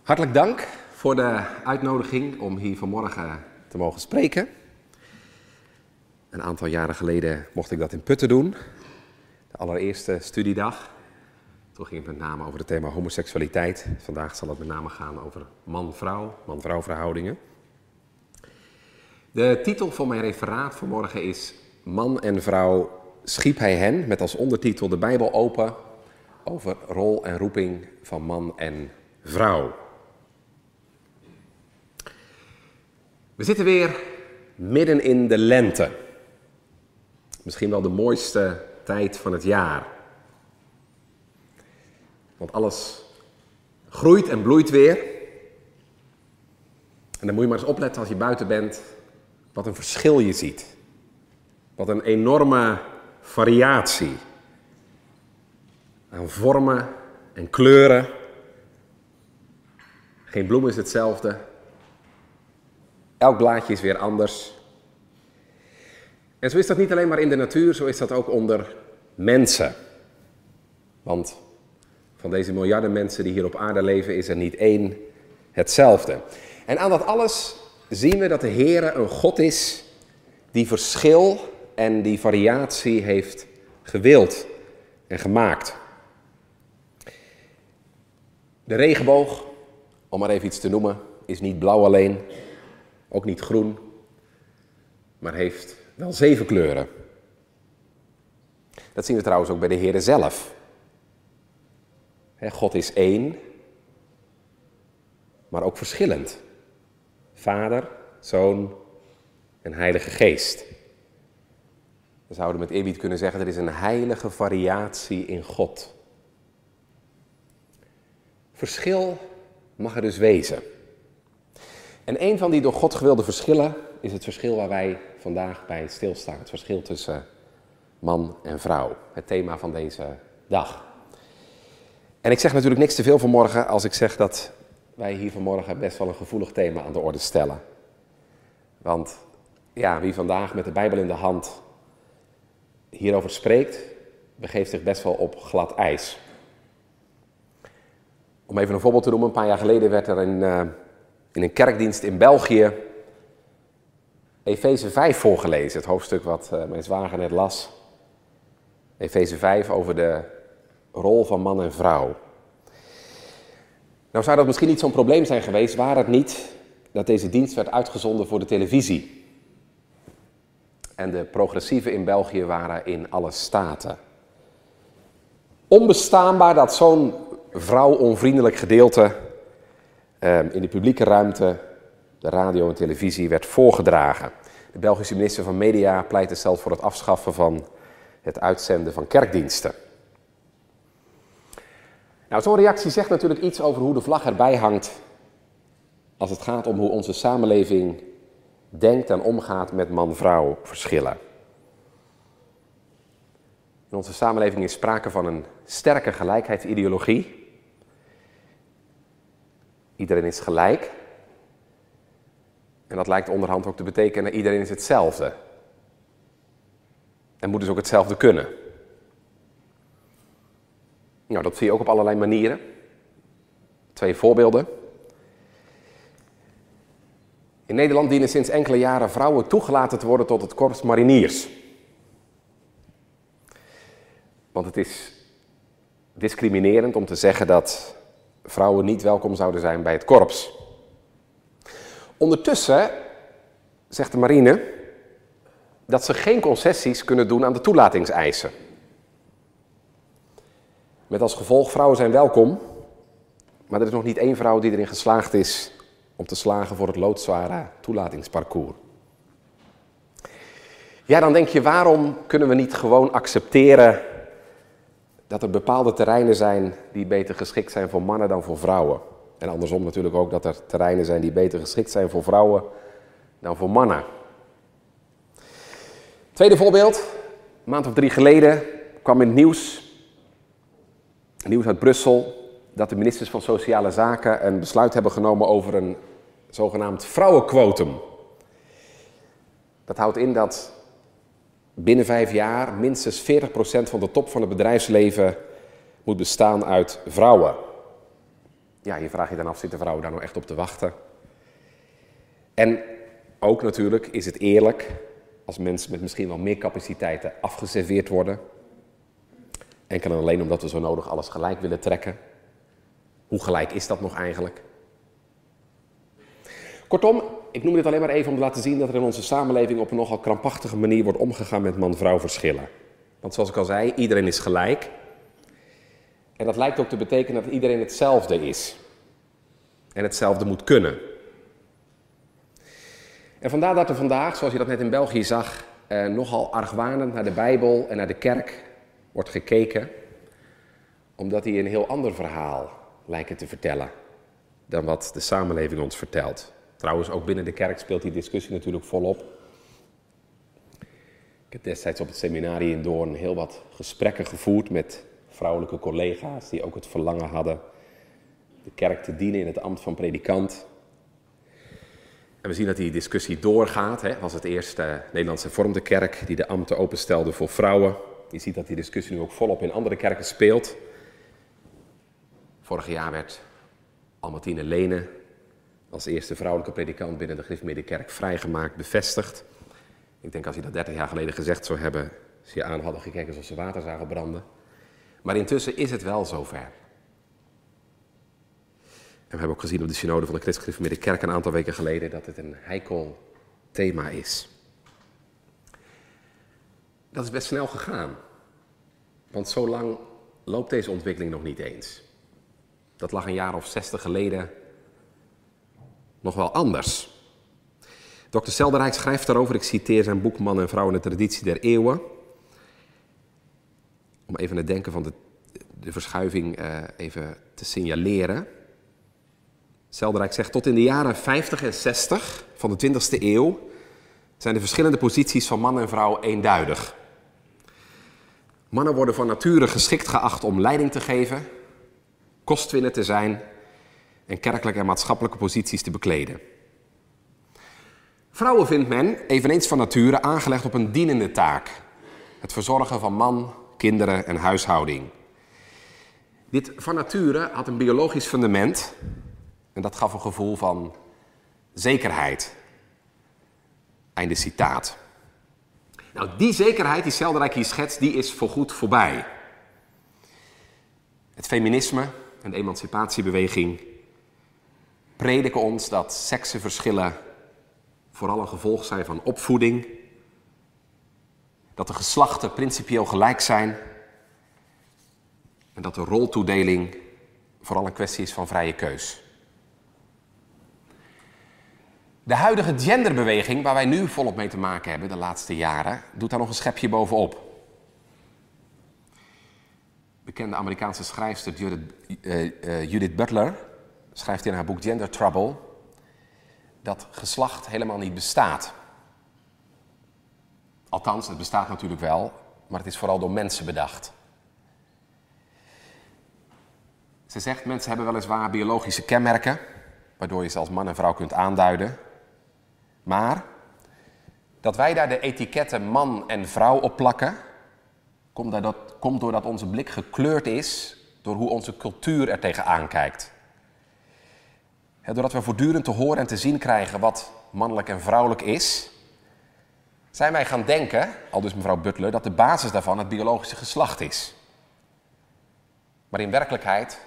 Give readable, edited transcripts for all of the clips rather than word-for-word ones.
Hartelijk dank voor de uitnodiging om hier vanmorgen te mogen spreken. Een aantal jaren geleden mocht ik dat in Putten doen, de allereerste studiedag. Toen ging het met name over het thema homoseksualiteit. Vandaag zal het met name gaan over man-vrouw verhoudingen. De titel van mijn referaat vanmorgen is Man en vrouw schiep hij hen, met als ondertitel de Bijbel open over rol en roeping van man en vrouw. We zitten weer midden in de lente. Misschien wel de mooiste tijd van het jaar. Want alles groeit en bloeit weer. En dan moet je maar eens opletten als je buiten bent, wat een verschil je ziet. Wat een enorme variatie aan vormen en kleuren. Geen bloem is hetzelfde. Elk blaadje is weer anders. En zo is dat niet alleen maar in de natuur, zo is dat ook onder mensen. Want van deze miljarden mensen die hier op aarde leven, is er niet één hetzelfde. En aan dat alles zien we dat de Heere een God is die verschil en die variatie heeft gewild en gemaakt. De regenboog, om maar even iets te noemen, is niet blauw alleen, ook niet groen, maar heeft wel 7 kleuren. Dat zien we trouwens ook bij de Heere zelf. God is één, maar ook verschillend. Vader, Zoon en Heilige Geest. We zouden met eerbied kunnen zeggen, er is een heilige variatie in God. Verschil mag er dus wezen. En een van die door God gewilde verschillen is het verschil waar wij vandaag bij stilstaan. Het verschil tussen man en vrouw. Het thema van deze dag. En ik zeg natuurlijk niks te veel vanmorgen als ik zeg dat wij hier vanmorgen best wel een gevoelig thema aan de orde stellen. Want ja, wie vandaag met de Bijbel in de hand hierover spreekt, begeeft zich best wel op glad ijs. Om even een voorbeeld te noemen, een paar jaar geleden werd er in een kerkdienst in België Efeze 5 voorgelezen. Het hoofdstuk wat mijn zwager net las. Efeze 5 over de rol van man en vrouw. Nou zou dat misschien niet zo'n probleem zijn geweest, waar het niet dat deze dienst werd uitgezonden voor de televisie. En de progressieven in België waren in alle staten. Onbestaanbaar dat zo'n vrouwonvriendelijk gedeelte in de publieke ruimte, de radio en televisie, werd voorgedragen. De Belgische minister van Media pleitte zelfs voor het afschaffen van het uitzenden van kerkdiensten. Nou, zo'n reactie zegt natuurlijk iets over hoe de vlag erbij hangt als het gaat om hoe onze samenleving denkt en omgaat met man-vrouw verschillen. In onze samenleving is sprake van een sterke gelijkheidsideologie. Iedereen is gelijk. En dat lijkt onderhand ook te betekenen, iedereen is hetzelfde. En moet dus ook hetzelfde kunnen. Nou, dat zie je ook op allerlei manieren. 2 voorbeelden. In Nederland dienen sinds enkele jaren vrouwen toegelaten te worden tot het korps mariniers. Want het is discriminerend om te zeggen dat vrouwen niet welkom zouden zijn bij het korps. Ondertussen zegt de marine dat ze geen concessies kunnen doen aan de toelatingseisen. Met als gevolg, vrouwen zijn welkom, maar er is nog niet één vrouw die erin geslaagd is om te slagen voor het loodzware toelatingsparcours. Ja, dan denk je, waarom kunnen we niet gewoon accepteren dat er bepaalde terreinen zijn die beter geschikt zijn voor mannen dan voor vrouwen? En andersom natuurlijk ook dat er terreinen zijn die beter geschikt zijn voor vrouwen dan voor mannen. Tweede voorbeeld, een maand of 3 geleden kwam in het nieuws uit Brussel, dat de ministers van Sociale Zaken een besluit hebben genomen over een zogenaamd vrouwenquotum. Dat houdt in dat binnen 5 jaar minstens 40% van de top van het bedrijfsleven moet bestaan uit vrouwen. Ja, je vraagt je dan af, zitten vrouwen daar nou echt op te wachten? En ook natuurlijk is het eerlijk als mensen met misschien wel meer capaciteiten afgeserveerd worden. Enkel en alleen omdat we zo nodig alles gelijk willen trekken. Hoe gelijk is dat nog eigenlijk? Kortom, ik noem dit alleen maar even om te laten zien dat er in onze samenleving op een nogal krampachtige manier wordt omgegaan met man-vrouw verschillen. Want zoals ik al zei, iedereen is gelijk. En dat lijkt ook te betekenen dat iedereen hetzelfde is. En hetzelfde moet kunnen. En vandaar dat er vandaag, zoals je dat net in België zag, nogal argwanend naar de Bijbel en naar de kerk wordt gekeken. Omdat die een heel ander verhaal lijken te vertellen dan wat de samenleving ons vertelt. Trouwens, ook binnen de kerk speelt die discussie natuurlijk volop. Ik heb destijds op het seminarie in Doorn heel wat gesprekken gevoerd met vrouwelijke collega's die ook het verlangen hadden de kerk te dienen in het ambt van predikant. En we zien dat die discussie doorgaat. Het was het eerste Nederlandse Hervormde kerk die de ambten openstelde voor vrouwen. Je ziet dat die discussie nu ook volop in andere kerken speelt. Vorig jaar werd Albertine Lene als eerste vrouwelijke predikant binnen de Gereformeerde vrijgemaakt, bevestigd. Ik denk als hij dat 30 jaar geleden gezegd zou hebben, ze je aan hadden gekeken alsof ze water zagen branden. Maar intussen is het wel zover. En we hebben ook gezien op de synode van de Christelijke Gereformeerde Kerk een aantal weken geleden dat het een heikel thema is. Dat is best snel gegaan. Want zo lang loopt deze ontwikkeling nog niet eens. Dat lag een jaar of 60 geleden nog wel anders. Dr. Selderijk schrijft daarover, ik citeer zijn boek Man en Vrouw in de Traditie der Eeuwen. Om even het denken van de verschuiving even te signaleren. Selderijk zegt, tot in de jaren 50 en 60 van de 20e eeuw zijn de verschillende posities van man en vrouw eenduidig. Mannen worden van nature geschikt geacht om leiding te geven, kostwinner te zijn en kerkelijke en maatschappelijke posities te bekleden. Vrouwen vindt men, eveneens van nature, aangelegd op een dienende taak. Het verzorgen van man, kinderen en huishouding. Dit van nature had een biologisch fundament en dat gaf een gevoel van zekerheid. Einde citaat. Nou, die zekerheid die Selderijk hier schetst, die is voorgoed voorbij. Het feminisme en de emancipatiebeweging prediken ons dat seksenverschillen vooral een gevolg zijn van opvoeding, dat de geslachten principieel gelijk zijn en dat de roltoedeling vooral een kwestie is van vrije keus. De huidige genderbeweging, waar wij nu volop mee te maken hebben de laatste jaren, doet daar nog een schepje bovenop. Bekende Amerikaanse schrijfster Judith Butler schrijft in haar boek Gender Trouble dat geslacht helemaal niet bestaat. Althans, het bestaat natuurlijk wel, maar het is vooral door mensen bedacht. Ze zegt, mensen hebben weliswaar biologische kenmerken, waardoor je ze als man en vrouw kunt aanduiden. Maar dat wij daar de etiketten man en vrouw op plakken, komt doordat onze blik gekleurd is door hoe onze cultuur er tegenaan kijkt. Doordat we voortdurend te horen en te zien krijgen wat mannelijk en vrouwelijk is, zijn wij gaan denken, aldus mevrouw Butler, dat de basis daarvan het biologische geslacht is. Maar in werkelijkheid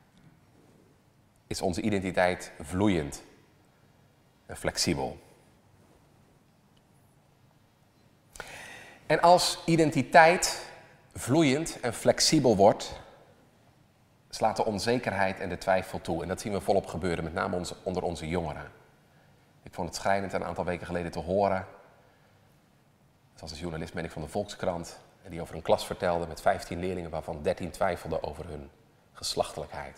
is onze identiteit vloeiend en flexibel. En als identiteit vloeiend en flexibel wordt, slaat de onzekerheid en de twijfel toe. En dat zien we volop gebeuren, met name onder onze jongeren. Ik vond het schrijnend een aantal weken geleden te horen. Zoals een journalist ben ik van de Volkskrant. En die over een klas vertelde met 15 leerlingen waarvan 13 twijfelden over hun geslachtelijkheid.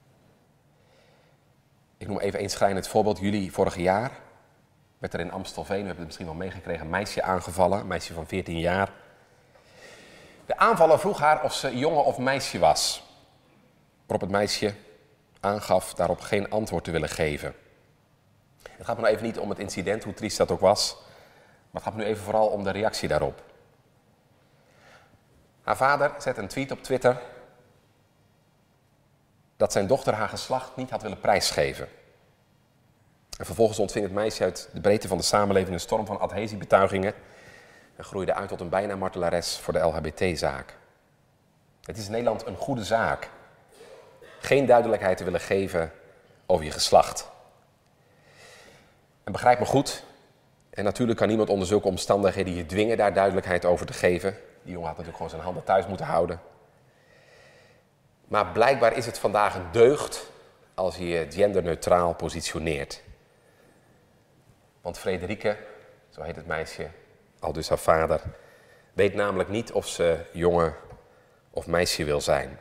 Ik noem even een schrijnend voorbeeld. Juli vorig jaar werd er in Amstelveen, we hebben het misschien wel meegekregen, een meisje aangevallen. Een meisje van 14 jaar. De aanvaller vroeg haar of ze jongen of meisje was. Waarop het meisje aangaf daarop geen antwoord te willen geven. Het gaat me nou even niet om het incident, hoe triest dat ook was. Maar het gaat me nu even vooral om de reactie daarop. Haar vader zet een tweet op Twitter. dat zijn dochter haar geslacht niet had willen prijsgeven. En vervolgens ontving het meisje uit de breedte van de samenleving een storm van adhesiebetuigingen en groeide uit tot een bijna martelares voor de LHBT-zaak. Het is in Nederland een goede zaak geen duidelijkheid te willen geven over je geslacht. En begrijp me goed, en natuurlijk kan niemand onder zulke omstandigheden je dwingen daar duidelijkheid over te geven. Die jongen had natuurlijk gewoon zijn handen thuis moeten houden. Maar blijkbaar is het vandaag een deugd als je je genderneutraal positioneert. Want Frederike, zo heet het meisje, aldus haar vader, weet namelijk niet of ze jongen of meisje wil zijn.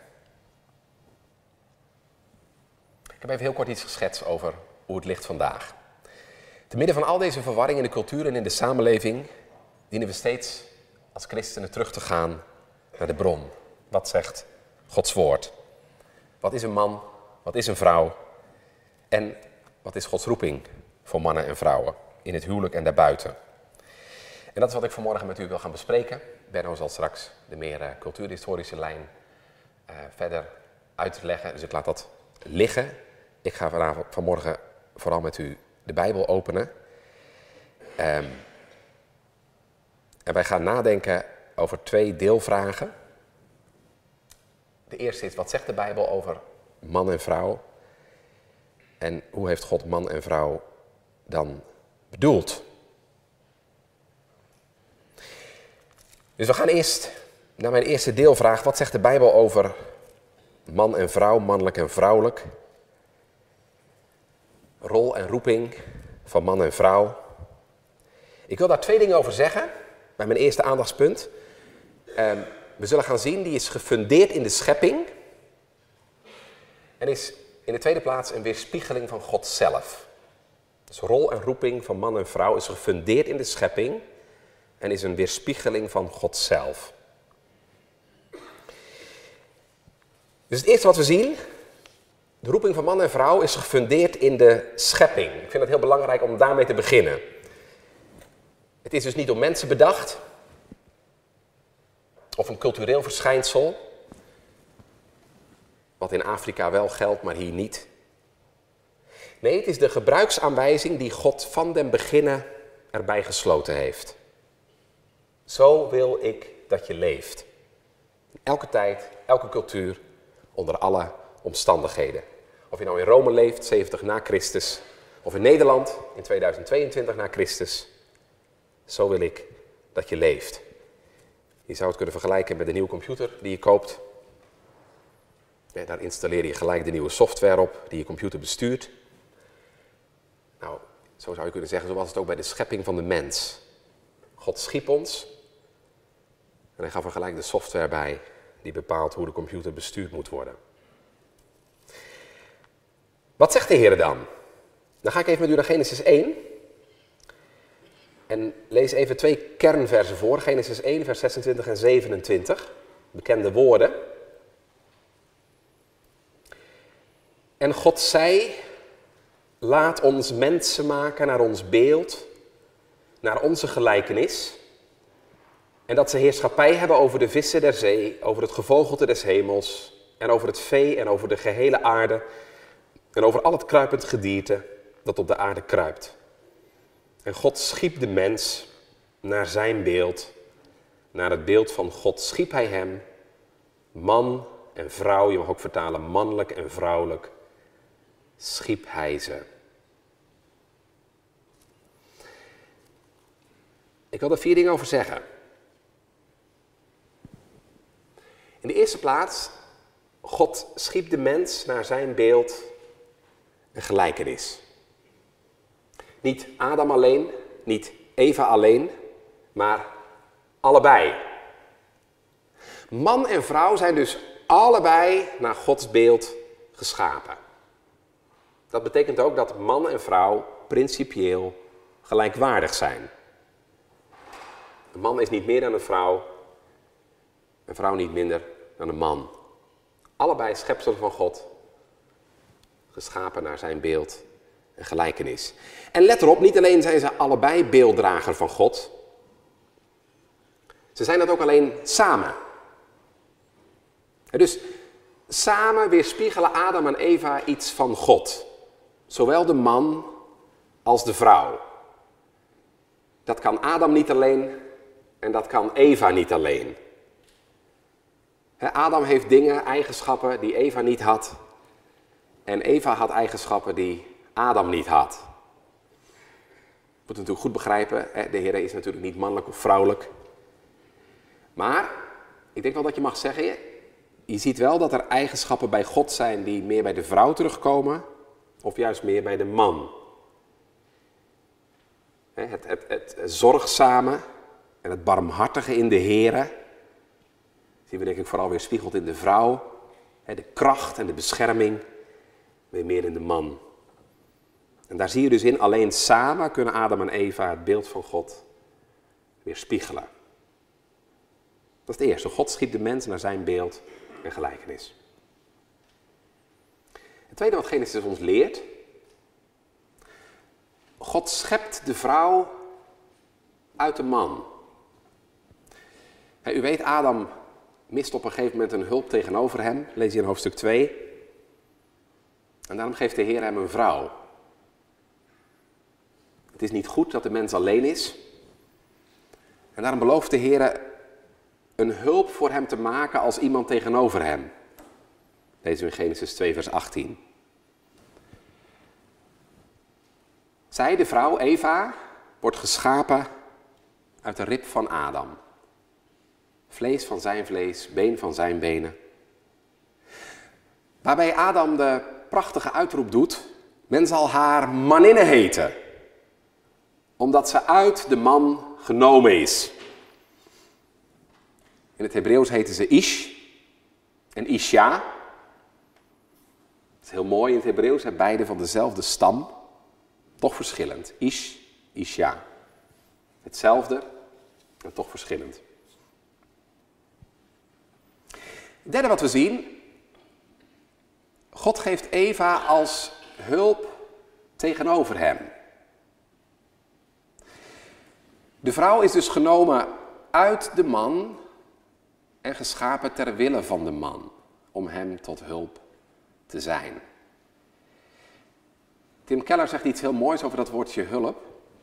Ik heb even heel kort iets geschetst over hoe het ligt vandaag. Te midden van al deze verwarring in de cultuur en in de samenleving dienen we steeds als christenen terug te gaan naar de bron. Wat zegt Gods woord? Wat is een man? Wat is een vrouw? En wat is Gods roeping voor mannen en vrouwen in het huwelijk en daarbuiten? En dat is wat ik vanmorgen met u wil gaan bespreken. Benno zal straks de meer cultuurhistorische lijn verder uitleggen, dus ik laat dat liggen. Ik ga vanmorgen vooral met u de Bijbel openen. En wij gaan nadenken over 2 deelvragen. De eerste is, wat zegt de Bijbel over man en vrouw? En hoe heeft God man en vrouw dan bedoeld? Dus we gaan eerst naar mijn eerste deelvraag. Wat zegt de Bijbel over man en vrouw, mannelijk en vrouwelijk? Rol en roeping van man en vrouw. Ik wil daar 2 dingen over zeggen, bij mijn eerste aandachtspunt. We zullen gaan zien, die is gefundeerd in de schepping. En is in de tweede plaats een weerspiegeling van God zelf. Dus rol en roeping van man en vrouw is gefundeerd in de schepping. En is een weerspiegeling van God zelf. Dus het eerste wat we zien, de roeping van man en vrouw is gefundeerd in de schepping. Ik vind het heel belangrijk om daarmee te beginnen. Het is dus niet door mensen bedacht, of een cultureel verschijnsel, wat in Afrika wel geldt, maar hier niet. Nee, het is de gebruiksaanwijzing die God van den beginnen erbij gesloten heeft. Zo wil ik dat je leeft. In elke tijd, elke cultuur, onder alle omstandigheden. Of je nou in Rome leeft, 70 na Christus, of in Nederland in 2022 na Christus. Zo wil ik dat je leeft. Je zou het kunnen vergelijken met een nieuwe computer die je koopt. Ja, daar installeer je gelijk de nieuwe software op die je computer bestuurt. Nou, zo zou je kunnen zeggen, zo was het ook bij de schepping van de mens. God schiep ons en hij gaf er gelijk de software bij die bepaalt hoe de computer bestuurd moet worden. Wat zegt de Heer dan? Dan ga ik even met u naar Genesis 1 en lees even 2 kernversen voor. Genesis 1, vers 26 en 27, bekende woorden. En God zei, laat ons mensen maken naar ons beeld, naar onze gelijkenis. En dat ze heerschappij hebben over de vissen der zee, over het gevogelte des hemels en over het vee en over de gehele aarde en over al het kruipend gedierte dat op de aarde kruipt. En God schiep de mens naar zijn beeld, naar het beeld van God schiep hij hem, man en vrouw, je mag ook vertalen mannelijk en vrouwelijk, schiep hij ze. Ik wil er 4 dingen over zeggen. In de eerste plaats, God schiep de mens naar zijn beeld en gelijkenis. Niet Adam alleen, niet Eva alleen, maar allebei. Man en vrouw zijn dus allebei naar Gods beeld geschapen. Dat betekent ook dat man en vrouw principieel gelijkwaardig zijn. Een man is niet meer dan een vrouw niet minder dan een man. Allebei schepselen van God, geschapen naar zijn beeld en gelijkenis. En let erop, niet alleen zijn ze allebei beelddrager van God, ze zijn dat ook alleen samen. En dus Samen weerspiegelen Adam en Eva iets van God. Zowel de man als de vrouw. Dat kan Adam niet alleen en dat kan Eva niet alleen. Adam heeft dingen, eigenschappen die Eva niet had. En Eva had eigenschappen die Adam niet had. Je moet natuurlijk goed begrijpen, de Heer is natuurlijk niet mannelijk of vrouwelijk. Maar ik denk wel dat je mag zeggen, je ziet wel dat er eigenschappen bij God zijn die meer bij de vrouw terugkomen. Of juist meer bij de man. Het zorgzame en het barmhartige in de Heer. Zien we denk ik vooral weer spiegeld in de vrouw. De kracht en de bescherming weer meer in de man. En daar zie je dus in, alleen samen kunnen Adam en Eva het beeld van God weer spiegelen. Dat is het eerste. God schiep de mens naar zijn beeld en gelijkenis. Het tweede wat Genesis ons leert. God schept de vrouw uit de man. U weet, Adam mist op een gegeven moment een hulp tegenover hem. Lees je in hoofdstuk 2. En daarom geeft de Heer hem een vrouw. Het is niet goed dat de mens alleen is. En daarom belooft de Heer een hulp voor hem te maken als iemand tegenover hem. Lezen we in Genesis 2 vers 18. Zij, de vrouw Eva, wordt geschapen uit de rib van Adam. Vlees van zijn vlees, been van zijn benen. Waarbij Adam de prachtige uitroep doet, men zal haar maninne heten. Omdat ze uit de man genomen is. In het Hebreeuws heten ze Ish en Isha. Het is heel mooi in het Hebreeuws, beide van dezelfde stam. Toch verschillend. Ish, Isha. Hetzelfde en toch verschillend. Het derde wat we zien. God geeft Eva als hulp tegenover hem. De vrouw is dus genomen uit de man en geschapen ter wille van de man, om hem tot hulp te zijn. Tim Keller zegt iets heel moois over dat woordje hulp.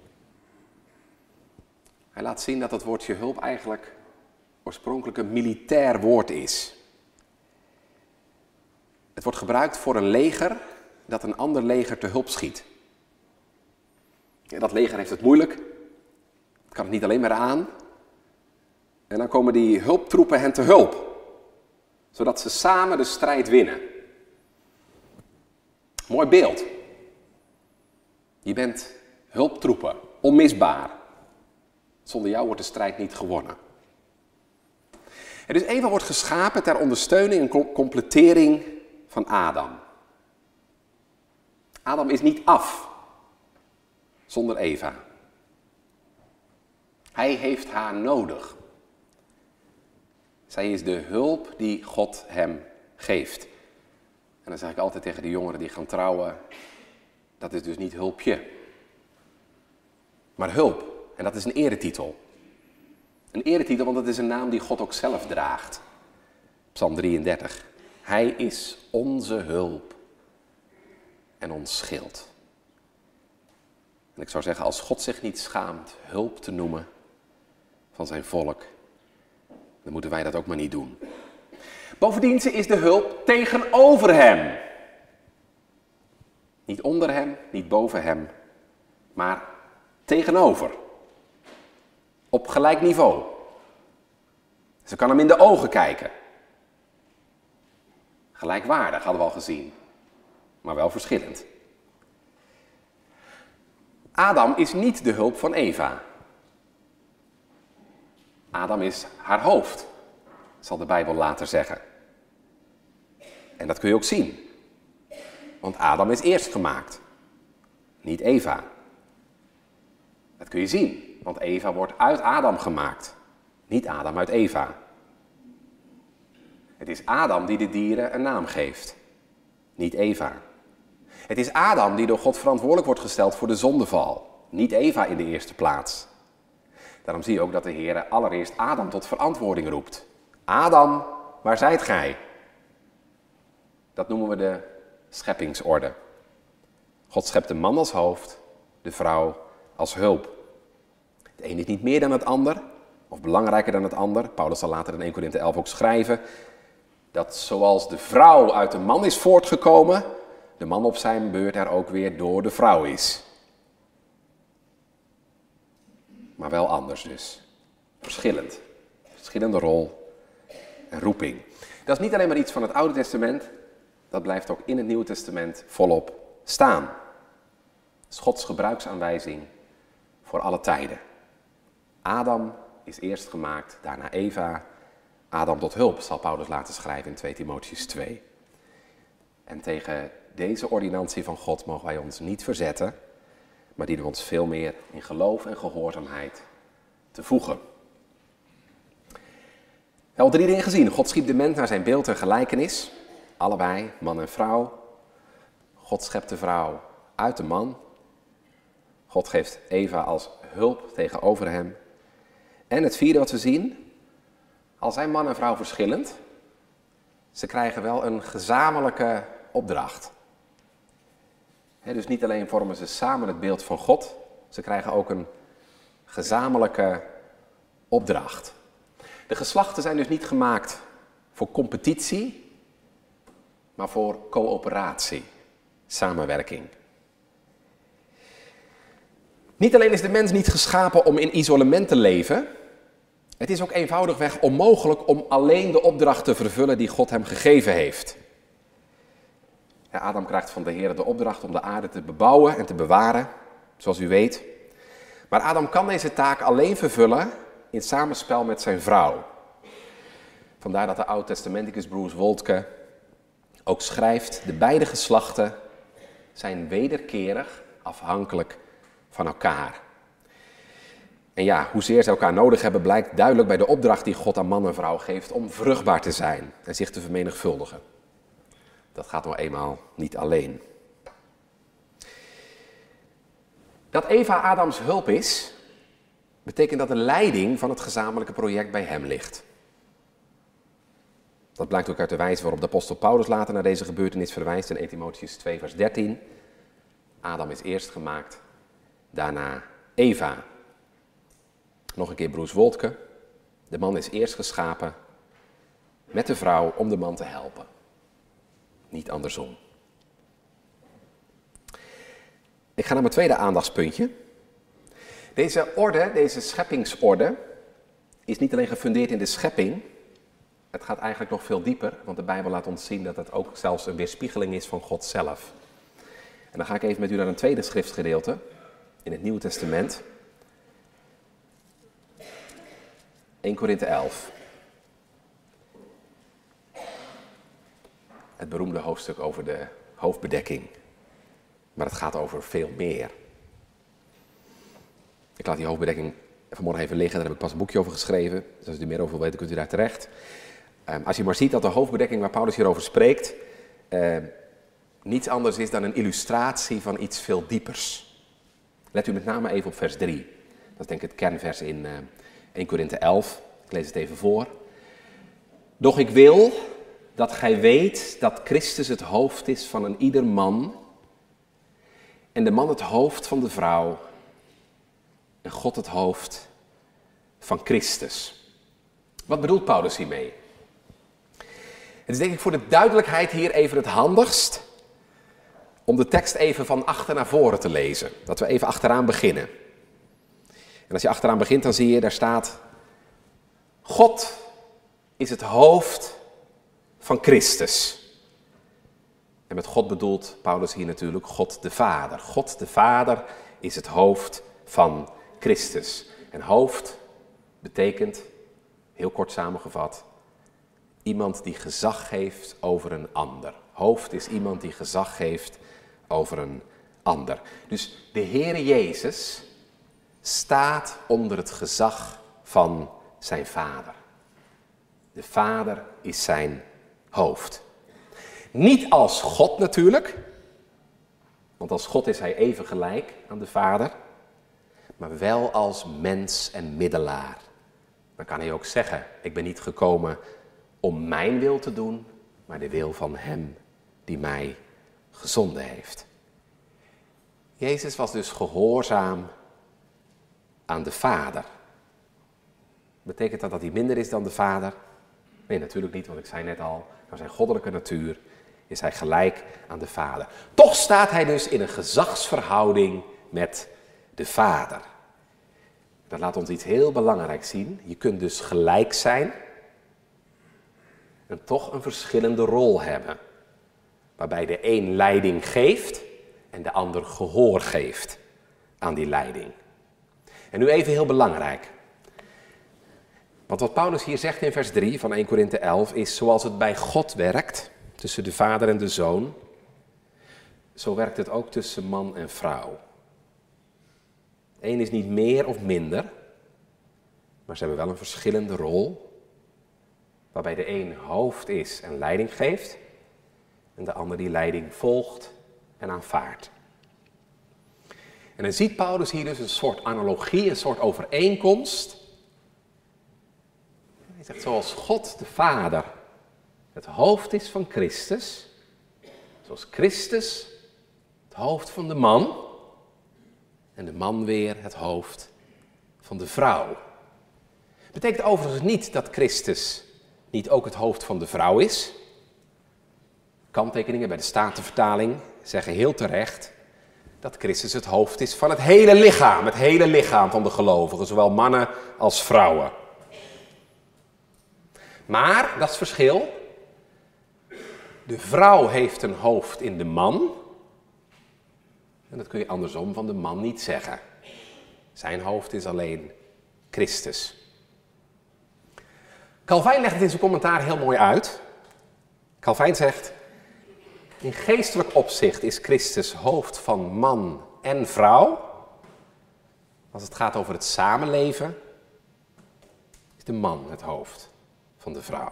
Hij laat zien dat het woordje hulp eigenlijk oorspronkelijk een militair woord is. Het wordt gebruikt voor een leger dat een ander leger te hulp schiet. Ja, dat leger heeft het moeilijk. Het kan het niet alleen meer aan. En dan komen die hulptroepen hen te hulp. Zodat ze samen de strijd winnen. Mooi beeld. Je bent hulptroepen, onmisbaar. Zonder jou wordt de strijd niet gewonnen. En dus Eva wordt geschapen ter ondersteuning en completering van Adam. Adam is niet af zonder Eva. Hij heeft haar nodig. Zij is de hulp die God hem geeft. En dan zeg ik altijd tegen de jongeren die gaan trouwen, dat is dus niet hulpje, maar hulp. En dat is een eretitel. Een eretitel, want het is een naam die God ook zelf draagt. Psalm 33. Hij is onze hulp en ons schild. En ik zou zeggen, als God zich niet schaamt hulp te noemen van zijn volk, dan moeten wij dat ook maar niet doen. Bovendien is de hulp tegenover hem. Niet onder hem, niet boven hem, maar tegenover. Op gelijk niveau. Ze kan hem in de ogen kijken. Gelijkwaardig hadden we al gezien, maar wel verschillend. Adam is niet de hulp van Eva. Adam is haar hoofd, zal de Bijbel later zeggen. En dat kun je ook zien. Want Adam is eerst gemaakt, niet Eva. Dat kun je zien, want Eva wordt uit Adam gemaakt, niet Adam uit Eva. Het is Adam die de dieren een naam geeft, niet Eva. Het is Adam die door God verantwoordelijk wordt gesteld voor de zondeval, niet Eva in de eerste plaats. Daarom zie je ook dat de Heer allereerst Adam tot verantwoording roept. Adam, waar zijt gij? Dat noemen we de scheppingsorde. God schept de man als hoofd, de vrouw als hulp. Het een is niet meer dan het ander, of belangrijker dan het ander. Paulus zal later in 1 Korinthe 11 ook schrijven dat zoals de vrouw uit de man is voortgekomen, de man op zijn beurt er ook weer door de vrouw is. Maar wel anders dus. Verschillend. Verschillende rol en roeping. Dat is niet alleen maar iets van het Oude Testament, dat blijft ook in het Nieuwe Testament volop staan. Dat is Gods gebruiksaanwijzing voor alle tijden. Adam is eerst gemaakt, daarna Eva. Adam tot hulp, zal Paulus later schrijven in 2 Timotheüs 2. En tegen deze ordinantie van God mogen wij ons niet verzetten, maar dienen we ons veel meer in geloof en gehoorzaamheid te voegen. We hebben 3 dingen gezien. God schiep de mens naar zijn beeld en gelijkenis. Allebei, man en vrouw. God schept de vrouw uit de man. God geeft Eva als hulp tegenover hem. En het vierde wat we zien, al zijn man en vrouw verschillend, ze krijgen wel een gezamenlijke opdracht. Dus niet alleen vormen ze samen het beeld van God, ze krijgen ook een gezamenlijke opdracht. De geslachten zijn dus niet gemaakt voor competitie, maar voor coöperatie, samenwerking. Niet alleen is de mens niet geschapen om in isolement te leven, het is ook eenvoudigweg onmogelijk om alleen de opdracht te vervullen die God hem gegeven heeft. Ja, Adam krijgt van de Heer de opdracht om de aarde te bebouwen en te bewaren, zoals u weet. Maar Adam kan deze taak alleen vervullen in samenspel met zijn vrouw. Vandaar dat de oud-testamenticus Bruce Woltke ook schrijft, de beide geslachten zijn wederkerig afhankelijk van elkaar. En ja, hoezeer ze elkaar nodig hebben blijkt duidelijk bij de opdracht die God aan man en vrouw geeft om vruchtbaar te zijn en zich te vermenigvuldigen. Dat gaat nou eenmaal niet alleen. Dat Eva Adams hulp is, betekent dat de leiding van het gezamenlijke project bij hem ligt. Dat blijkt ook uit de wijze waarop de apostel Paulus later naar deze gebeurtenis verwijst in 1 Timotheüs 2 vers 13. Adam is eerst gemaakt, daarna Eva. Nog een keer Bruce Woltke. De man is eerst geschapen met de vrouw om de man te helpen. Niet andersom. Ik ga naar mijn tweede aandachtspuntje. Deze orde, deze scheppingsorde, is niet alleen gefundeerd in de schepping. Het gaat eigenlijk nog veel dieper, want de Bijbel laat ons zien dat het ook zelfs een weerspiegeling is van God zelf. En dan ga ik even met u naar een tweede schriftgedeelte in het Nieuwe Testament. 1 Korinthe 11. Het beroemde hoofdstuk over de hoofdbedekking. Maar het gaat over veel meer. Ik laat die hoofdbedekking vanmorgen even liggen, daar heb ik pas een boekje over geschreven. Dus als u er meer over wil weten, kunt u daar terecht. Als je maar ziet dat de hoofdbedekking waar Paulus hierover spreekt, niets anders is dan een illustratie van iets veel diepers. Let u met name even op vers 3. Dat is denk ik het kernvers in 1 Korinthe 11. Ik lees het even voor. Doch ik wil dat gij weet dat Christus het hoofd is van een ieder man en de man het hoofd van de vrouw en God het hoofd van Christus. Wat bedoelt Paulus hiermee? Het is denk ik voor de duidelijkheid hier even het handigst om de tekst even van achter naar voren te lezen. Dat we even achteraan beginnen. En als je achteraan begint, dan zie je, daar staat: God is het hoofd van Christus. En met God bedoelt Paulus hier natuurlijk God de Vader. God de Vader is het hoofd van Christus. En hoofd betekent, heel kort samengevat, iemand die gezag geeft over een ander. Hoofd is iemand die gezag geeft over een ander. Dus de Heere Jezus staat onder het gezag van zijn Vader. De Vader is zijn hoofd. Niet als God natuurlijk, want als God is hij even gelijk aan de Vader, maar wel als mens en middelaar. Dan kan hij ook zeggen, ik ben niet gekomen om mijn wil te doen, maar de wil van hem die mij gezonden heeft. Jezus was dus gehoorzaam aan de Vader. Betekent dat hij minder is dan de Vader? Nee, natuurlijk niet, want ik zei net al, naar zijn goddelijke natuur is hij gelijk aan de Vader. Toch staat hij dus in een gezagsverhouding met de Vader. Dat laat ons iets heel belangrijks zien. Je kunt dus gelijk zijn en toch een verschillende rol hebben. Waarbij de een leiding geeft en de ander gehoor geeft aan die leiding. En nu even heel belangrijk. Want wat Paulus hier zegt in vers 3 van 1 Korinthe 11 is: zoals het bij God werkt, tussen de Vader en de Zoon, zo werkt het ook tussen man en vrouw. Eén is niet meer of minder, maar ze hebben wel een verschillende rol. Waarbij de een hoofd is en leiding geeft, en de ander die leiding volgt en aanvaardt. En dan ziet Paulus hier dus een soort analogie, een soort overeenkomst. Hij zegt, zoals God de Vader het hoofd is van Christus, zoals Christus het hoofd van de man en de man weer het hoofd van de vrouw. Betekent overigens niet dat Christus niet ook het hoofd van de vrouw is. Kanttekeningen bij de Statenvertaling zeggen heel terecht dat Christus het hoofd is van het hele lichaam van de gelovigen, zowel mannen als vrouwen. Maar, dat is het verschil. De vrouw heeft een hoofd in de man. En dat kun je andersom van de man niet zeggen. Zijn hoofd is alleen Christus. Calvijn legt het in zijn commentaar heel mooi uit. Calvijn zegt: in geestelijk opzicht is Christus hoofd van man en vrouw. Als het gaat over het samenleven, is de man het hoofd van de vrouw.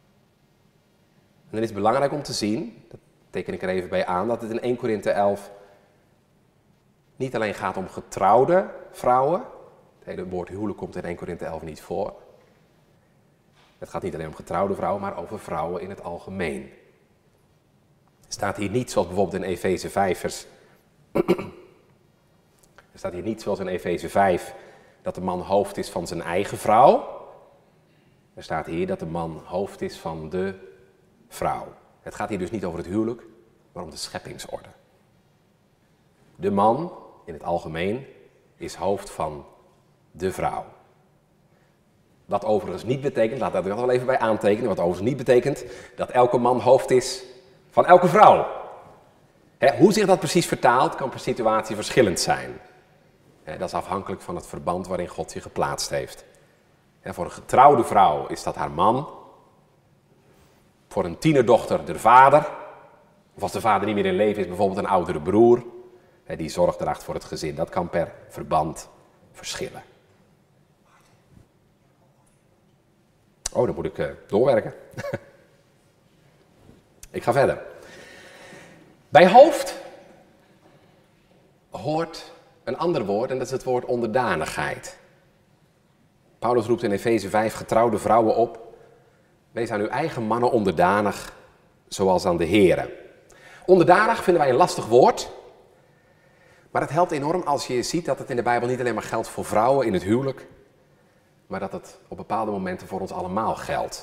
En dan is het belangrijk om te zien, dat teken ik er even bij aan, dat het in 1 Korinthe 11 niet alleen gaat om getrouwde vrouwen. Het hele woord huwelijk komt in 1 Korinthe 11 niet voor. Het gaat niet alleen om getrouwde vrouwen, maar over vrouwen in het algemeen. Er staat hier niet zoals bijvoorbeeld in Efeze 5 vers... Er staat hier niet zoals in Efeze 5 dat de man hoofd is van zijn eigen vrouw. Er staat hier dat de man hoofd is van de vrouw. Het gaat hier dus niet over het huwelijk, maar om de scheppingsorde. De man, in het algemeen, is hoofd van de vrouw. Wat overigens niet betekent, laat dat er wel even bij aantekenen, wat overigens niet betekent dat elke man hoofd is van elke vrouw. Hoe zich dat precies vertaalt, kan per situatie verschillend zijn. Dat is afhankelijk van het verband waarin God je geplaatst heeft. Voor een getrouwde vrouw is dat haar man. Voor een tienerdochter de vader. Of als de vader niet meer in leven is, bijvoorbeeld een oudere broer. Die zorg draagt voor het gezin. Dat kan per verband verschillen. Oh, dan moet ik doorwerken. Ik ga verder. Bij hoofd hoort een ander woord en dat is het woord onderdanigheid. Paulus roept in Efeze 5 getrouwde vrouwen op: wees aan uw eigen mannen onderdanig, zoals aan de Here. Onderdanig vinden wij een lastig woord, maar het helpt enorm als je ziet dat het in de Bijbel niet alleen maar geldt voor vrouwen in het huwelijk, maar dat het op bepaalde momenten voor ons allemaal geldt.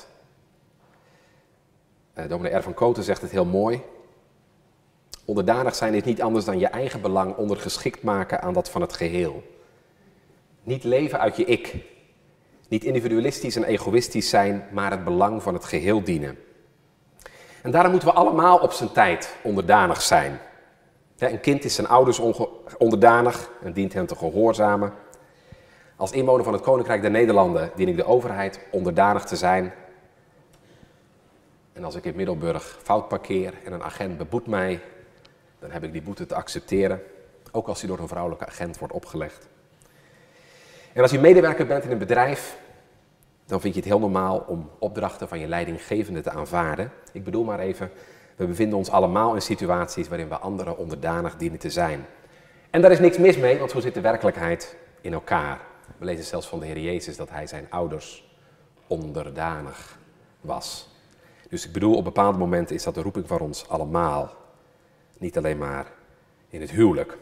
Dominee R. van Koten zegt het heel mooi. Onderdanig zijn is niet anders dan je eigen belang ondergeschikt maken aan dat van het geheel. Niet leven uit je ik. Niet individualistisch en egoïstisch zijn, maar het belang van het geheel dienen. En daarom moeten we allemaal op zijn tijd onderdanig zijn. Een kind is zijn ouders onderdanig en dient hen te gehoorzamen. Als inwoner van het Koninkrijk der Nederlanden dien ik de overheid onderdanig te zijn. En als ik in Middelburg fout parkeer en een agent beboet mij, dan heb ik die boete te accepteren, ook als die door een vrouwelijke agent wordt opgelegd. En als je medewerker bent in een bedrijf, dan vind je het heel normaal om opdrachten van je leidinggevende te aanvaarden. Ik bedoel maar even, we bevinden ons allemaal in situaties waarin we anderen onderdanig dienen te zijn. En daar is niks mis mee, want zo zit de werkelijkheid in elkaar. We lezen zelfs van de Heer Jezus dat hij zijn ouders onderdanig was. Dus ik bedoel, op bepaalde momenten is dat de roeping van ons allemaal. Niet alleen maar in het huwelijk.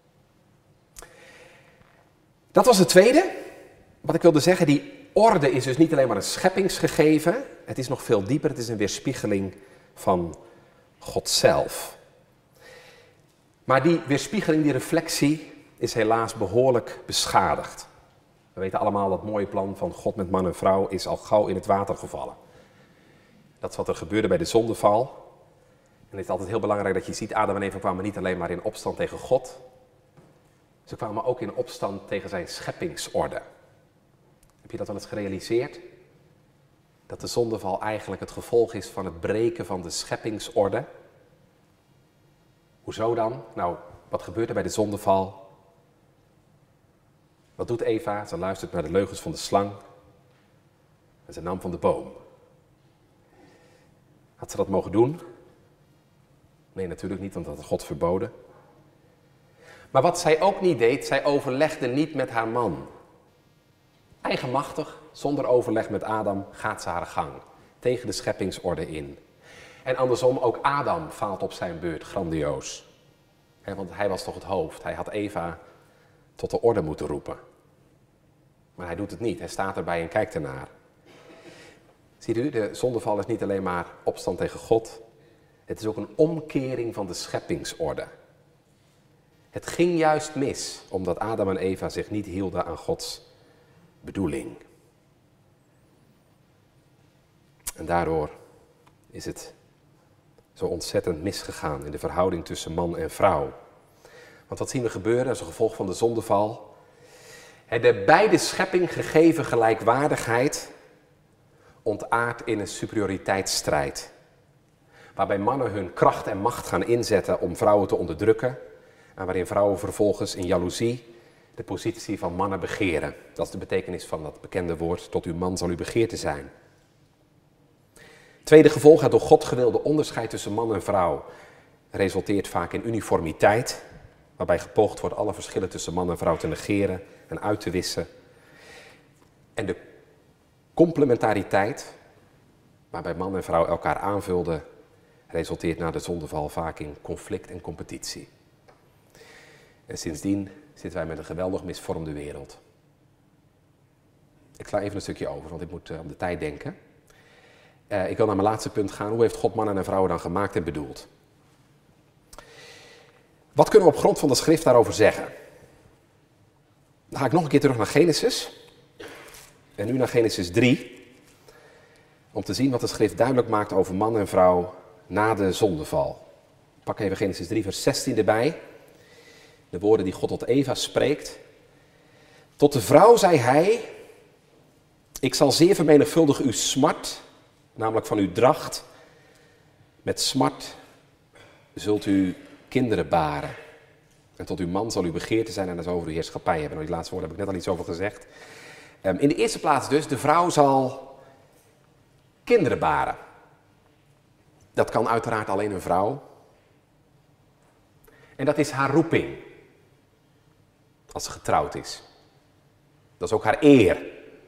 Dat was het tweede. Wat ik wilde zeggen, die orde is dus niet alleen maar een scheppingsgegeven. Het is nog veel dieper, het is een weerspiegeling van God zelf. Maar die weerspiegeling, die reflectie, is helaas behoorlijk beschadigd. We weten allemaal dat mooie plan van God met man en vrouw is al gauw in het water gevallen. Dat is wat er gebeurde bij de zondeval. En het is altijd heel belangrijk dat je ziet, Adam en Eva kwamen niet alleen maar in opstand tegen God. Ze kwamen ook in opstand tegen zijn scheppingsorde. Heb je dat wel eens gerealiseerd? Dat de zondeval eigenlijk het gevolg is van het breken van de scheppingsorde. Hoezo dan? Nou, wat gebeurt er bij de zondeval? Wat doet Eva? Ze luistert naar de leugens van de slang. En ze nam van de boom. Had ze dat mogen doen? Nee, natuurlijk niet, want dat had God verboden. Maar wat zij ook niet deed, zij overlegde niet met haar man. Eigenmachtig, zonder overleg met Adam, gaat ze haar gang. Tegen de scheppingsorde in. En andersom, ook Adam faalt op zijn beurt, grandioos. Want hij was toch het hoofd. Hij had Eva tot de orde moeten roepen. Maar hij doet het niet. Hij staat erbij en kijkt ernaar. Ziet u, de zondeval is niet alleen maar opstand tegen God. Het is ook een omkering van de scheppingsorde. Het ging juist mis, omdat Adam en Eva zich niet hielden aan Gods bedoeling. En daardoor is het zo ontzettend misgegaan in de verhouding tussen man en vrouw. Want wat zien we gebeuren als een gevolg van de zondeval? De bij de schepping gegeven gelijkwaardigheid ontaardt in een superioriteitsstrijd. Waarbij mannen hun kracht en macht gaan inzetten om vrouwen te onderdrukken. En waarin vrouwen vervolgens in jaloezie de positie van mannen begeren. Dat is de betekenis van dat bekende woord, tot uw man zal uw begeerte zijn. Tweede gevolg, het door God gewilde onderscheid tussen man en vrouw resulteert vaak in uniformiteit. Waarbij gepoogd wordt alle verschillen tussen man en vrouw te negeren en uit te wissen. En de complementariteit, waarbij man en vrouw elkaar aanvulden, resulteert na de zondeval vaak in conflict en competitie. En sindsdien zitten wij met een geweldig misvormde wereld. Ik sla even een stukje over, want ik moet aan de tijd denken. Ik wil naar mijn laatste punt gaan. Hoe heeft God mannen en vrouwen dan gemaakt en bedoeld? Wat kunnen we op grond van de schrift daarover zeggen? Dan ga ik nog een keer terug naar Genesis. En nu naar Genesis 3. Om te zien wat de schrift duidelijk maakt over man en vrouw na de zondeval. Ik pak even Genesis 3 vers 16 erbij. De woorden die God tot Eva spreekt. Tot de vrouw zei hij: ik zal zeer vermenigvuldigen uw smart, namelijk van uw dracht. Met smart zult u kinderen baren. En tot uw man zal uw begeerte zijn en dat zal over uw heerschappij hebben. Nou, die laatste woorden heb ik net al iets over gezegd. In de eerste plaats dus, de vrouw zal kinderen baren. Dat kan uiteraard alleen een vrouw. En dat is haar roeping. Als ze getrouwd is. Dat is ook haar eer.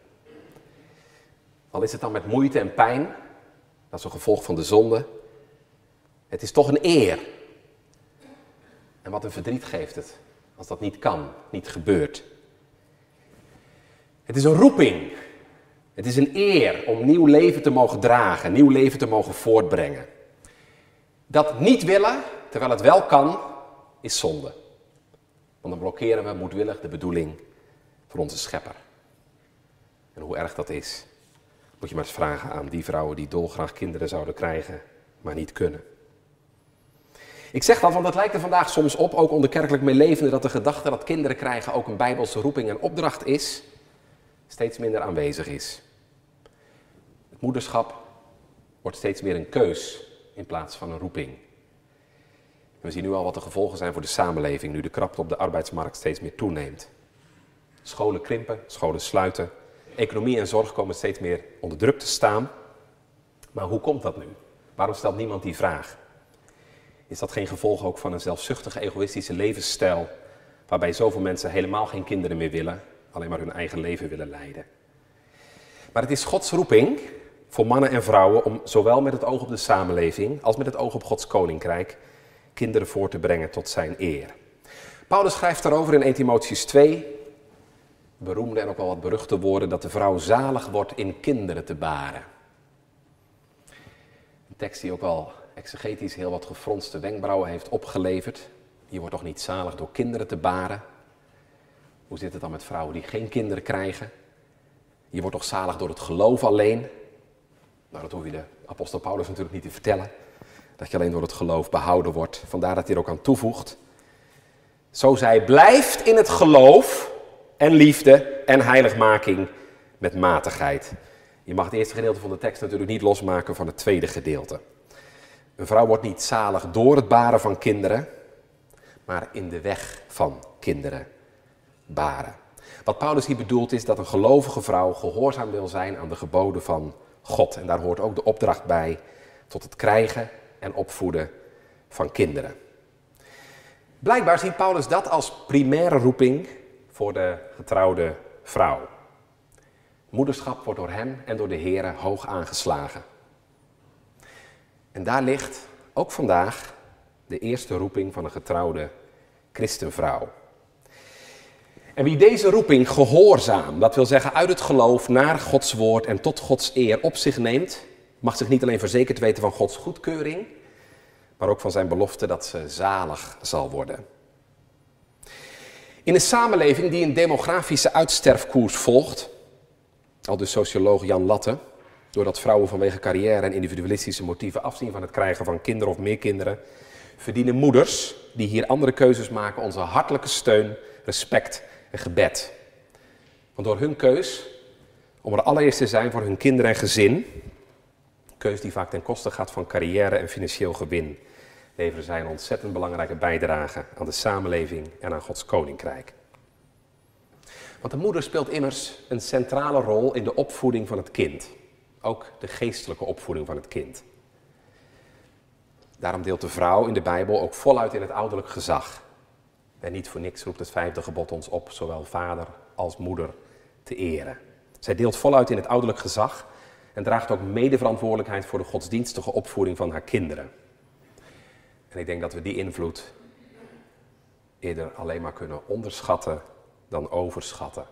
Al is het dan met moeite en pijn. Dat is een gevolg van de zonde. Het is toch een eer. En wat een verdriet geeft het. Als dat niet kan, niet gebeurt. Het is een roeping. Het is een eer om nieuw leven te mogen dragen. Nieuw leven te mogen voortbrengen. Dat niet willen, terwijl het wel kan, is zonde. Want dan blokkeren we moedwillig de bedoeling voor onze schepper. En hoe erg dat is, moet je maar eens vragen aan die vrouwen die dolgraag kinderen zouden krijgen, maar niet kunnen. Ik zeg dat, want het lijkt er vandaag soms op, ook onder kerkelijk meelevenden, dat de gedachte dat kinderen krijgen ook een bijbelse roeping en opdracht is, steeds minder aanwezig is. Het moederschap wordt steeds meer een keus in plaats van een roeping. En we zien nu al wat de gevolgen zijn voor de samenleving, nu de krapte op de arbeidsmarkt steeds meer toeneemt. Scholen krimpen, scholen sluiten, economie en zorg komen steeds meer onder druk te staan. Maar hoe komt dat nu? Waarom stelt niemand die vraag? Is dat geen gevolg ook van een zelfzuchtige, egoïstische levensstijl, waarbij zoveel mensen helemaal geen kinderen meer willen, alleen maar hun eigen leven willen leiden? Maar het is Gods roeping voor mannen en vrouwen om zowel met het oog op de samenleving als met het oog op Gods koninkrijk kinderen voor te brengen tot zijn eer. Paulus schrijft daarover in 1 Timotheüs 2, beroemde en ook wel wat beruchte woorden, dat de vrouw zalig wordt in kinderen te baren. Een tekst die ook wel exegetisch heel wat gefronste wenkbrauwen heeft opgeleverd. Je wordt toch niet zalig door kinderen te baren? Hoe zit het dan met vrouwen die geen kinderen krijgen? Je wordt toch zalig door het geloof alleen? Nou, dat hoef je de apostel Paulus natuurlijk niet te vertellen. Dat je alleen door het geloof behouden wordt. Vandaar dat hij er ook aan toevoegt. Zo zij blijft in het geloof en liefde en heiligmaking met matigheid. Je mag het eerste gedeelte van de tekst natuurlijk niet losmaken van het tweede gedeelte. Een vrouw wordt niet zalig door het baren van kinderen, maar in de weg van kinderen baren. Wat Paulus hier bedoelt is dat een gelovige vrouw gehoorzaam wil zijn aan de geboden van God. En daar hoort ook de opdracht bij tot het krijgen en opvoeden van kinderen. Blijkbaar ziet Paulus dat als primaire roeping voor de getrouwde vrouw. Moederschap wordt door hem en door de Here hoog aangeslagen. En daar ligt ook vandaag de eerste roeping van een getrouwde christenvrouw. En wie deze roeping gehoorzaam, dat wil zeggen uit het geloof naar Gods woord en tot Gods eer op zich neemt, mag zich niet alleen verzekerd weten van Gods goedkeuring, maar ook van zijn belofte dat ze zalig zal worden. In een samenleving die een demografische uitsterfkoers volgt, aldus socioloog Jan Latte, doordat vrouwen vanwege carrière en individualistische motieven afzien van het krijgen van kinderen of meer kinderen, verdienen moeders die hier andere keuzes maken onze hartelijke steun, respect en gebed. Want door hun keus om er allereerst te zijn voor hun kinderen en gezin, een keus die vaak ten koste gaat van carrière en financieel gewin, leveren zij een ontzettend belangrijke bijdrage aan de samenleving en aan Gods koninkrijk. Want de moeder speelt immers een centrale rol in de opvoeding van het kind. Ook de geestelijke opvoeding van het kind. Daarom deelt de vrouw in de Bijbel ook voluit in het ouderlijk gezag. En niet voor niks roept het 5e gebod ons op zowel vader als moeder te eren. Zij deelt voluit in het ouderlijk gezag en draagt ook medeverantwoordelijkheid voor de godsdienstige opvoeding van haar kinderen. En ik denk dat we die invloed eerder alleen maar kunnen onderschatten dan overschatten.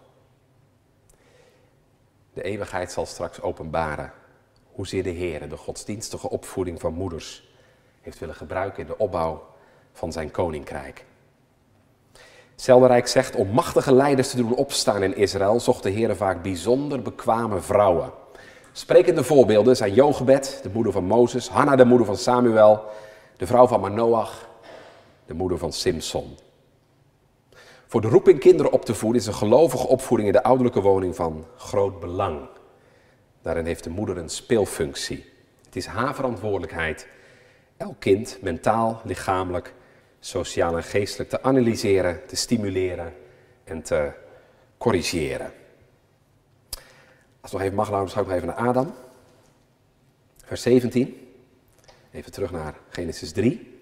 De eeuwigheid zal straks openbaren hoezeer de Heer de godsdienstige opvoeding van moeders heeft willen gebruiken in de opbouw van zijn koninkrijk. Zeldenrijk zegt, om machtige leiders te doen opstaan in Israël, zocht de Heer vaak bijzonder bekwame vrouwen. Sprekende voorbeelden zijn Jochebed, de moeder van Mozes, Hanna, de moeder van Samuel, de vrouw van Manoach, de moeder van Simson. Voor de roeping kinderen op te voeden is een gelovige opvoeding in de ouderlijke woning van groot belang. Daarin heeft de moeder een speelfunctie. Het is haar verantwoordelijkheid elk kind mentaal, lichamelijk, sociaal en geestelijk te analyseren, te stimuleren en te corrigeren. Als het nog even mag, dan schouw ik nog even naar Adam. Vers 17. Even terug naar Genesis 3.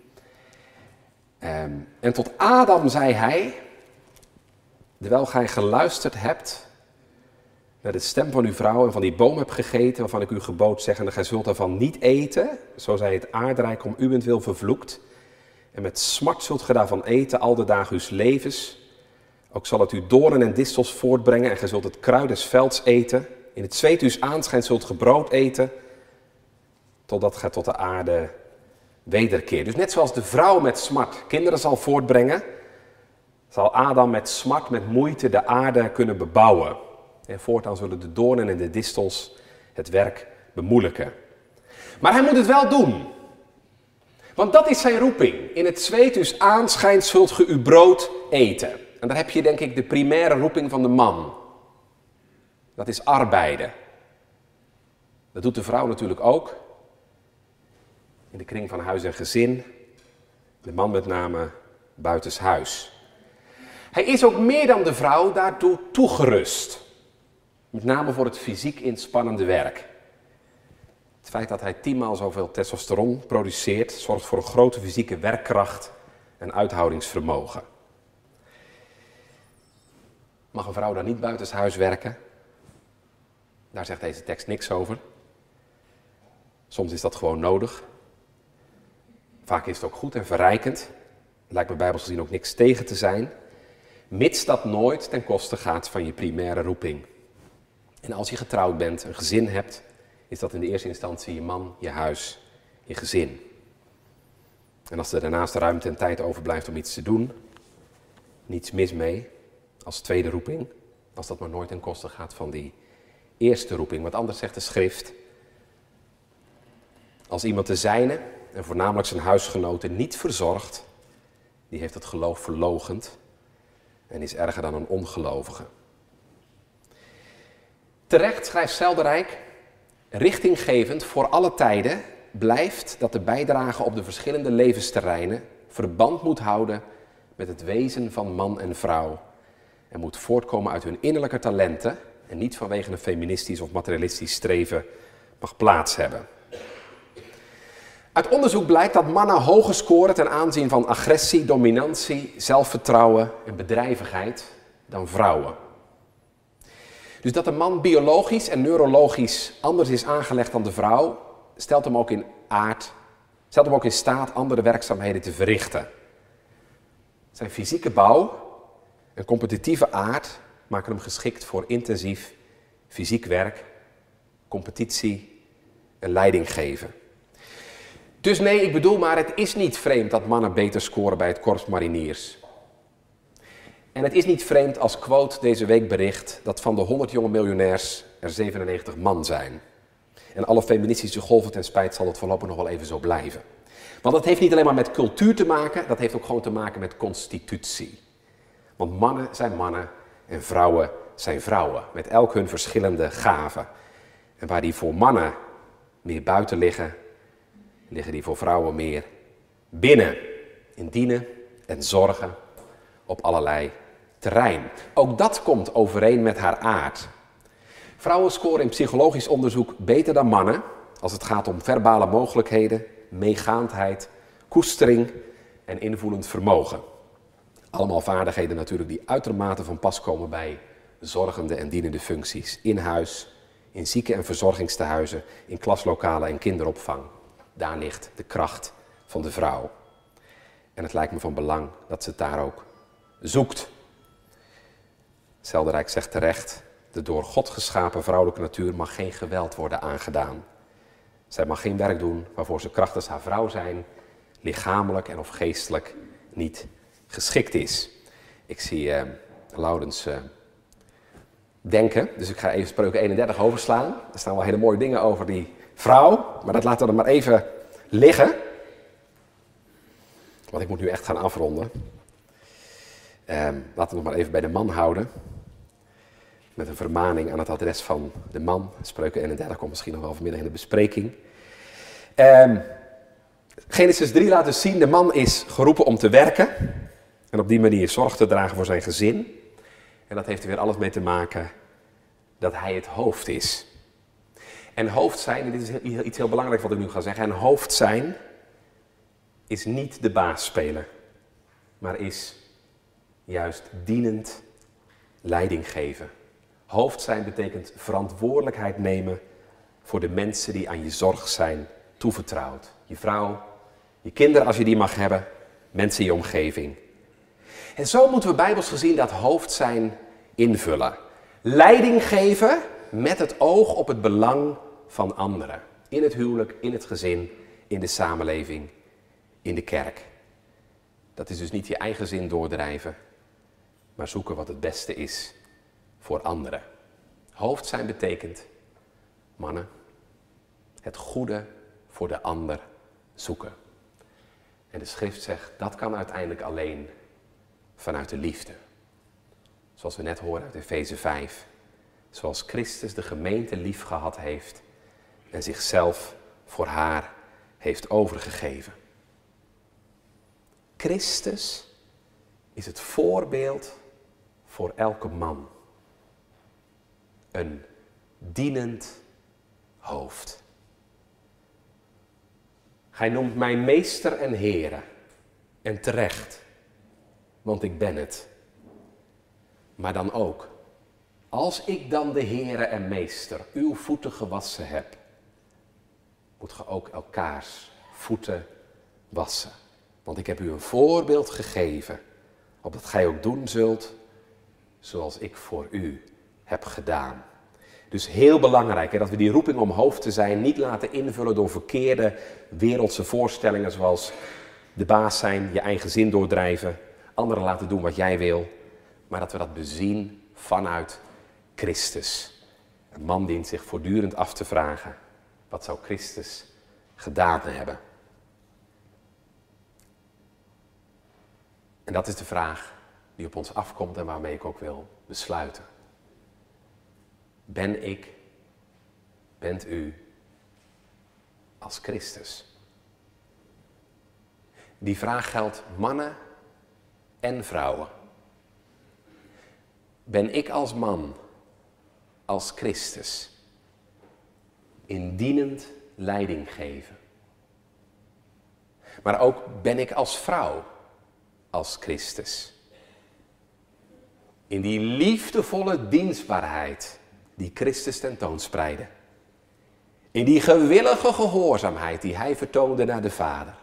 En tot Adam zei hij, terwijl gij geluisterd hebt naar de stem van uw vrouw en van die boom hebt gegeten, waarvan ik u gebood zeggende, gij zult daarvan niet eten, zo zij het aardrijk om uwentwil vervloekt. En met smart zult gij daarvan eten al de dagen uws levens. Ook zal het u doornen en distels voortbrengen en gij zult het kruid des velds eten. In het zweet uws aanschijnt zult ge brood eten, totdat gij tot de aarde wederkeert. Dus net zoals de vrouw met smart kinderen zal voortbrengen, zal Adam met smart, met moeite de aarde kunnen bebouwen. En voortaan zullen de doornen en de distels het werk bemoeilijken. Maar hij moet het wel doen. Want dat is zijn roeping. In het zweet uws aanschijnt zult ge uw brood eten. En daar heb je denk ik de primaire roeping van de man. Dat is arbeiden. Dat doet de vrouw natuurlijk ook. In de kring van huis en gezin. De man met name buitenshuis. Hij is ook meer dan de vrouw daartoe toegerust. Met name voor het fysiek inspannende werk. Het feit dat hij 10 maal zoveel testosteron produceert, zorgt voor een grote fysieke werkkracht en uithoudingsvermogen. Mag een vrouw dan niet buitenshuis werken? Daar zegt deze tekst niks over. Soms is dat gewoon nodig. Vaak is het ook goed en verrijkend. Er lijkt me bijbels gezien ook niks tegen te zijn. Mits dat nooit ten koste gaat van je primaire roeping. En als je getrouwd bent, een gezin hebt, is dat in de eerste instantie je man, je huis, je gezin. En als er daarnaast ruimte en tijd overblijft om iets te doen, niets mis mee als tweede roeping. Als dat maar nooit ten koste gaat van die eerste roeping. Want anders zegt de schrift, als iemand de zijne en voornamelijk zijn huisgenoten niet verzorgt, die heeft het geloof verloochend en is erger dan een ongelovige. Terecht schrijft Zelderijk, richtinggevend voor alle tijden blijft dat de bijdrage op de verschillende levensterreinen verband moet houden met het wezen van man en vrouw en moet voortkomen uit hun innerlijke talenten en niet vanwege een feministisch of materialistisch streven mag plaats hebben. Uit onderzoek blijkt dat mannen hoger scoren ten aanzien van agressie, dominantie, zelfvertrouwen en bedrijvigheid dan vrouwen. Dus dat de man biologisch en neurologisch anders is aangelegd dan de vrouw, stelt hem ook in staat andere werkzaamheden te verrichten. Zijn fysieke bouw en competitieve aard maken hem geschikt voor intensief fysiek werk, competitie en leiding geven. Dus nee, ik bedoel maar, het is niet vreemd dat mannen beter scoren bij het Korps Mariniers. En het is niet vreemd als Quote deze week bericht dat van de 100 jonge miljonairs er 97 man zijn. En alle feministische golven ten spijt zal het voorlopig nog wel even zo blijven. Want dat heeft niet alleen maar met cultuur te maken, dat heeft ook gewoon te maken met constitutie. Want mannen zijn mannen en vrouwen zijn vrouwen, met elk hun verschillende gaven. En waar die voor mannen meer buiten liggen, liggen die voor vrouwen meer binnen. In dienen en zorgen op allerlei terrein. Ook dat komt overeen met haar aard. Vrouwen scoren in psychologisch onderzoek beter dan mannen als het gaat om verbale mogelijkheden, meegaandheid, koestering en invoelend vermogen. Allemaal vaardigheden natuurlijk die uitermate van pas komen bij zorgende en dienende functies. In huis, in zieken- en verzorgingstehuizen, in klaslokalen en kinderopvang. Daar ligt de kracht van de vrouw. En het lijkt me van belang dat ze het daar ook zoekt. Zelderijk zegt terecht, de door God geschapen vrouwelijke natuur mag geen geweld worden aangedaan. Zij mag geen werk doen waarvoor ze krachtens haar vrouw zijn, lichamelijk en of geestelijk niet geschikt is. Ik zie Laurens denken, dus ik ga even Spreuken 31 overslaan. Er staan wel hele mooie dingen over die vrouw, maar dat laten we dan maar even liggen. Want ik moet nu echt gaan afronden. Laten we nog maar even bij de man houden. Met een vermaning aan het adres van de man. Spreuken 31 komt misschien nog wel vanmiddag in de bespreking. Genesis 3 laat dus zien, de man is geroepen om te werken. En op die manier zorg te dragen voor zijn gezin. En dat heeft er weer alles mee te maken dat hij het hoofd is. En hoofd zijn, en dit is iets heel belangrijks wat ik nu ga zeggen. En hoofd zijn is niet de baas spelen. Maar is juist dienend leiding geven. Hoofd zijn betekent verantwoordelijkheid nemen voor de mensen die aan je zorg zijn toevertrouwd. Je vrouw, je kinderen als je die mag hebben, mensen in je omgeving. En zo moeten we bijbels gezien dat hoofd zijn invullen. Leiding geven met het oog op het belang van anderen. In het huwelijk, in het gezin, in de samenleving, in de kerk. Dat is dus niet je eigen zin doordrijven, maar zoeken wat het beste is voor anderen. Hoofd zijn betekent, mannen, het goede voor de ander zoeken. En de schrift zegt, dat kan uiteindelijk alleen vanuit de liefde. Zoals we net horen uit Efeze 5. Zoals Christus de gemeente lief gehad heeft en zichzelf voor haar heeft overgegeven. Christus is het voorbeeld voor elke man. Een dienend hoofd. Hij noemt mij meester en Heere. En terecht, want ik ben het. Maar dan ook, als ik dan de Heere en Meester uw voeten gewassen heb, moet ge ook elkaars voeten wassen. Want ik heb u een voorbeeld gegeven, opdat gij ook doen zult zoals ik voor u heb gedaan. Dus heel belangrijk dat we die roeping om hoofd te zijn niet laten invullen door verkeerde wereldse voorstellingen zoals de baas zijn, je eigen zin doordrijven, anderen laten doen wat jij wil. Maar dat we dat bezien vanuit Christus. Een man dient zich voortdurend af te vragen, wat zou Christus gedaan hebben? En dat is de vraag die op ons afkomt en waarmee ik ook wil besluiten. Bent u als Christus? Die vraag geldt mannen en vrouwen. Ben ik als man, als Christus, in dienend leiding geven? Maar ook ben ik als vrouw, als Christus, in die liefdevolle dienstbaarheid die Christus tentoonspreidde. In die gewillige gehoorzaamheid die hij vertoonde naar de Vader.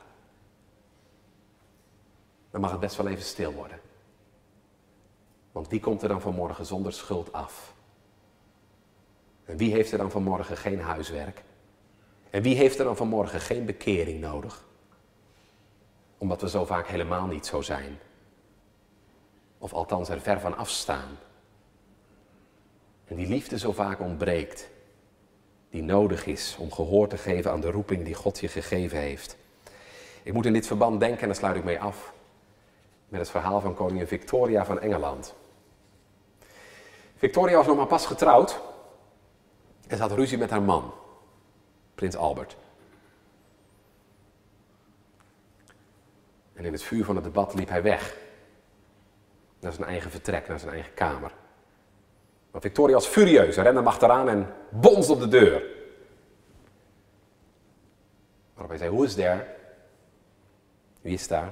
Dan mag het best wel even stil worden. Want wie komt er dan vanmorgen zonder schuld af? En wie heeft er dan vanmorgen geen huiswerk? En wie heeft er dan vanmorgen geen bekering nodig? Omdat we zo vaak helemaal niet zo zijn. Of althans er ver van afstaan. En die liefde zo vaak ontbreekt. Die nodig is om gehoor te geven aan de roeping die God je gegeven heeft. Ik moet in dit verband denken, en daar sluit ik mee af, met het verhaal van koningin Victoria van Engeland. Victoria was nog maar pas getrouwd en ze had ruzie met haar man, prins Albert. En in het vuur van het debat liep hij weg. Naar zijn eigen vertrek, naar zijn eigen kamer. Maar Victoria was furieus, rende hem achteraan en bonsde op de deur. Waarop hij zei, who is there? Wie is daar?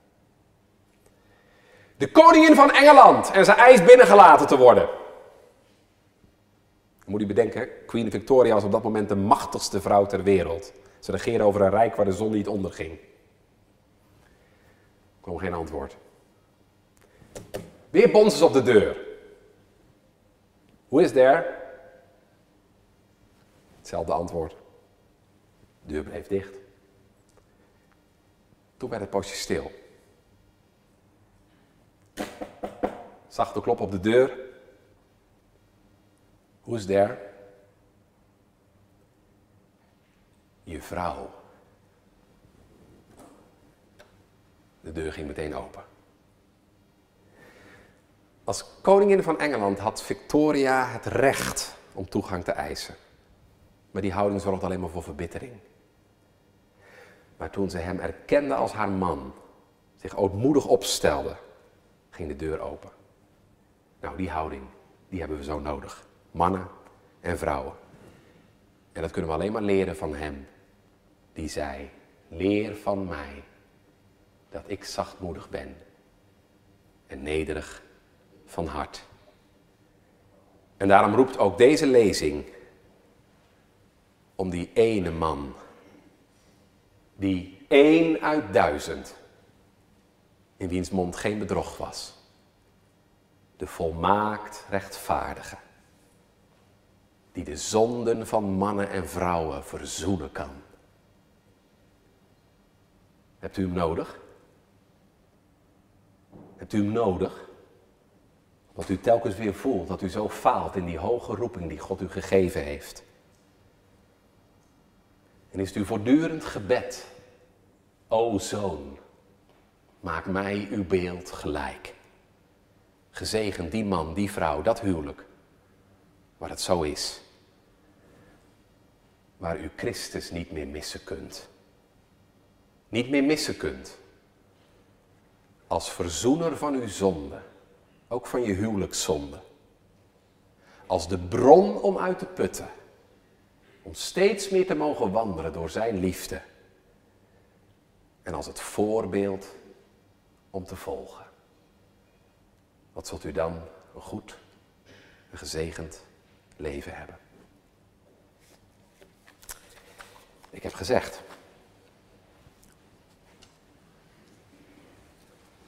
De koningin van Engeland en ze eist binnengelaten te worden. Dan moet u bedenken, Queen Victoria was op dat moment de machtigste vrouw ter wereld. Ze regeerde over een rijk waar de zon niet onderging. Er kwam geen antwoord. Weer bonzen ze op de deur. Who is there? Hetzelfde antwoord. De deur bleef dicht. Toen werd het poosje stil. Zachte klop op de deur. Who is there? Je vrouw. De deur ging meteen open. Als koningin van Engeland had Victoria het recht om toegang te eisen. Maar die houding zorgde alleen maar voor verbittering. Maar toen ze hem erkende als haar man, zich ootmoedig opstelde, ging de deur open. Nou, die houding, die hebben we zo nodig. Mannen en vrouwen. En dat kunnen we alleen maar leren van hem. Die zei, leer van mij dat ik zachtmoedig ben en nederig van hart. En daarom roept ook deze lezing om die ene man, die 1 uit 1000, in wiens mond geen bedrog was. De volmaakt rechtvaardige, die de zonden van mannen en vrouwen verzoenen kan. Hebt u hem nodig? Hebt u hem nodig? Wat u telkens weer voelt, dat u zo faalt in die hoge roeping die God u gegeven heeft. En is het uw voortdurend gebed, o zoon, maak mij uw beeld gelijk. Gezegend die man, die vrouw, dat huwelijk, waar het zo is. Waar u Christus niet meer missen kunt. Niet meer missen kunt. Als verzoener van uw zonde. Ook van je huwelijkszonde. Als de bron om uit te putten. Om steeds meer te mogen wandelen door zijn liefde. En als het voorbeeld om te volgen. Wat zult u dan een goed en gezegend leven hebben. Ik heb gezegd,